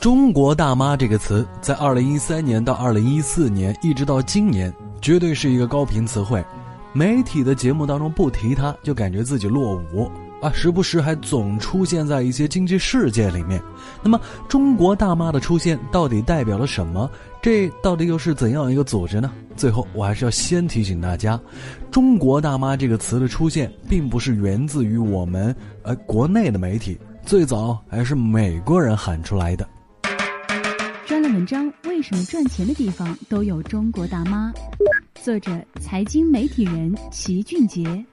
中国大妈这个词在2013年到2014年一直到今年绝对是一个高频词汇，媒体的节目当中不提它就感觉自己落伍啊，时不时还总出现在一些经济事件里面。那么中国大妈的出现到底代表了什么？这到底又是怎样一个组织呢？最后我还是要先提醒大家，中国大妈这个词的出现并不是源自于我们国内的媒体，最早还是美国人喊出来的。 专栏文章：为什么赚钱的地方都有中国大妈？作者：财经媒体人齐俊杰。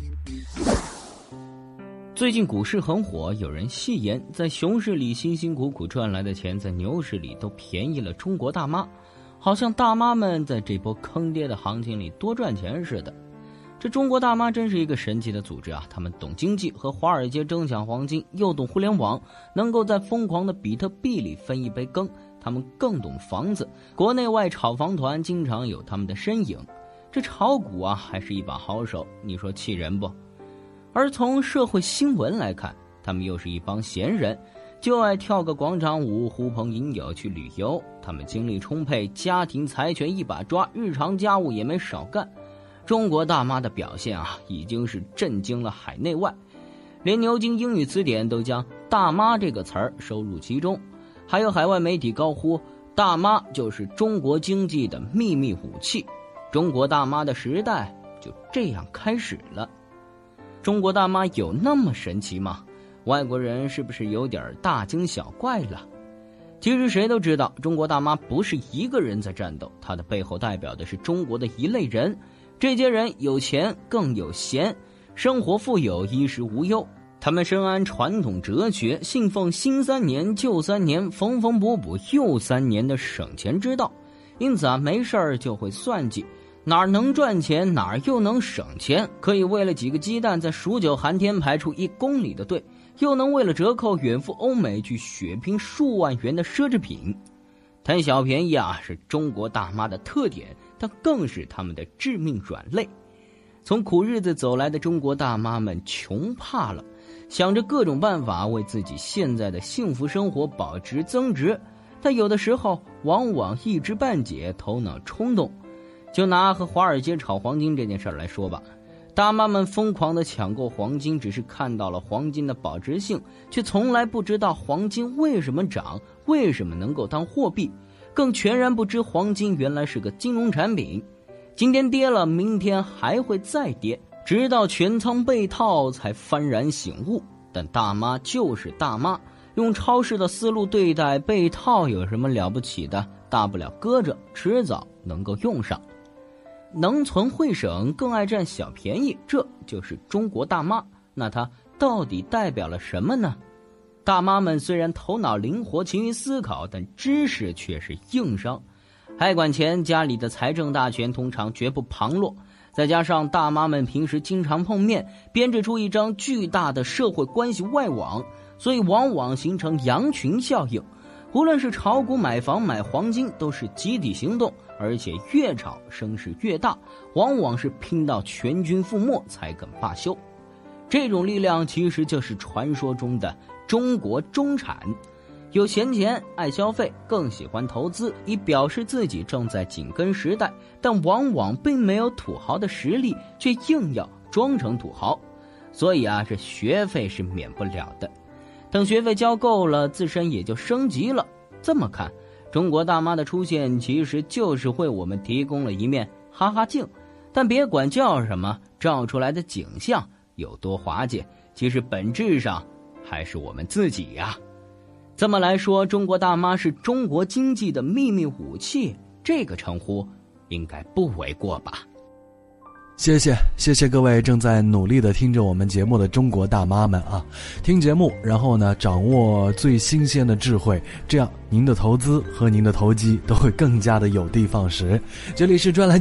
最近股市很火，有人戏言，在熊市里辛辛苦苦赚来的钱，在牛市里都便宜了中国大妈，好像大妈们在这波坑跌的行情里多赚钱似的。这中国大妈真是一个神奇的组织啊！他们懂经济，和华尔街争抢黄金，又懂互联网，能够在疯狂的比特币里分一杯羹。他们更懂房子，国内外炒房团经常有他们的身影。这炒股啊，还是一把好手，你说气人不？而从社会新闻来看，他们又是一帮闲人，就爱跳个广场舞，呼朋引友去旅游。他们精力充沛，家庭财权一把抓，日常家务也没少干。中国大妈的表现啊，已经是震惊了海内外，连牛津英语词典都将大妈这个词儿收入其中。还有海外媒体高呼大妈就是中国经济的秘密武器，中国大妈的时代就这样开始了。中国大妈有那么神奇吗？外国人是不是有点大惊小怪了？其实谁都知道，中国大妈不是一个人在战斗，她的背后代表的是中国的一类人。这些人有钱更有闲，生活富有，衣食无忧。他们深谙传统哲学，信奉新3年旧3年，缝缝补补又3年的省钱之道。因此啊，没事儿就会算计，哪儿能赚钱哪儿又能省钱，可以为了几个鸡蛋在数9寒天排出1公里的队，又能为了折扣远赴欧美去血拼数万元的奢侈品。贪小便宜啊，是中国大妈的特点，但更是他们的致命软肋。从苦日子走来的中国大妈们穷怕了，想着各种办法为自己现在的幸福生活保值增值，但有的时候往往一知半解，头脑冲动。就拿和华尔街炒黄金这件事来说吧，大妈们疯狂地抢购黄金，只是看到了黄金的保值性，却从来不知道黄金为什么涨，为什么能够当货币，更全然不知黄金原来是个金融产品。今天跌了，明天还会再跌，直到全仓被套才幡然醒悟。但大妈就是大妈，用超市的思路对待被套有什么了不起的？大不了搁着，迟早能够用上。能存会省，更爱占小便宜，这就是中国大妈。那它到底代表了什么呢？大妈们虽然头脑灵活，勤于思考，但知识却是硬伤。爱管钱，家里的财政大权通常绝不旁落，再加上大妈们平时经常碰面，编织出一张巨大的社会关系外网，所以往往形成羊群效应。无论是炒股、买房、买黄金，都是集体行动，而且越炒声势越大，往往是拼到全军覆没才肯罢休。这种力量其实就是传说中的中国中产，有闲钱，爱消费，更喜欢投资，以表示自己正在紧跟时代，但往往并没有土豪的实力，却硬要装成土豪。所以啊，这学费是免不了的。等学费交够了，自身也就升级了。这么看，中国大妈的出现其实就是为我们提供了一面哈哈镜，但别管叫什么，照出来的景象有多滑稽，其实本质上还是我们自己呀。这么来说，中国大妈是中国经济的秘密武器，这个称呼应该不为过吧。 谢谢各位正在努力的听着我们节目的中国大妈们啊，听节目，然后呢掌握最新鲜的智慧，这样您的投资和您的投机都会更加的有的放矢。这里是专栏